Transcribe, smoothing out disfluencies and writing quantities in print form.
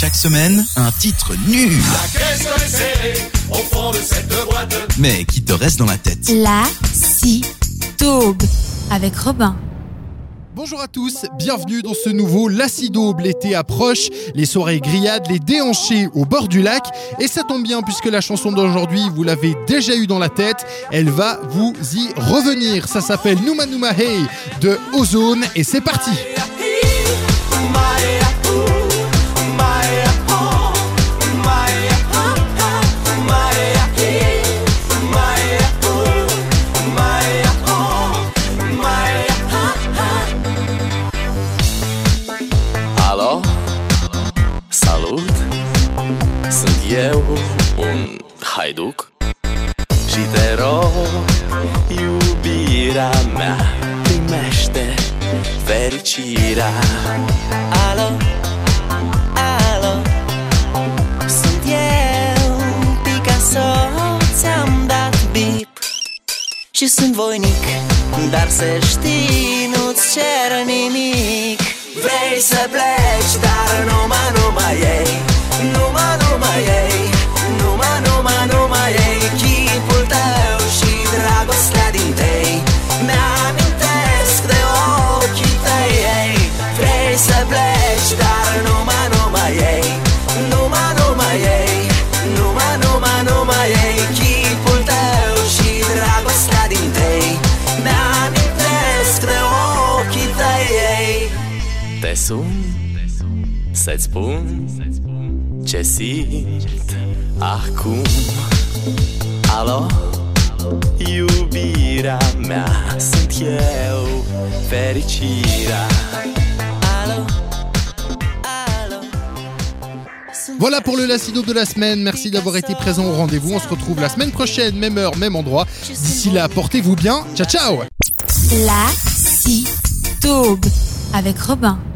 Chaque semaine, un titre nul. La caisse est serrée au fond de cette boîte. Mais qui te reste dans la tête. La si daube avec Robin. Bonjour à tous, bienvenue dans ce nouveau L'Acidaube. L'été approche, les soirées grillades, les déhanchés au bord du lac. Et ça tombe bien puisque la chanson d'aujourd'hui, vous l'avez déjà eu dans la tête. Elle va vous y revenir. Ça s'appelle Numa Numa Hey de Ozone et c'est parti. Eu un haiduc și te rog, iubirea mea, primește fericirea. Alo, alo, sunt eu, Picasso, ți-am dat bip și sunt voinic, dar să știi, nu-ți cer nimic. Vrei să pleci, dar numai ei, numai ei, numai ei, chipul tău și dragostea din tei mi-amintesc de ochii tăi, ei. Vrei să pleci, dar numai ei, numai ei, numai ei, chipul tău și dragostea din tei mi-amintesc de ochii tăi, ei. Te sun să-ți spun ce simt acum. Alo, iubirea mea, sunt eu, fericirea. Alo, alo. Voilà pour le L'Acidaube de la semaine. Merci d'avoir été présent au rendez-vous. On se retrouve la semaine prochaine, même heure, même endroit. D'ici là, portez-vous bien. Ciao, ciao. La si daube avec Robin.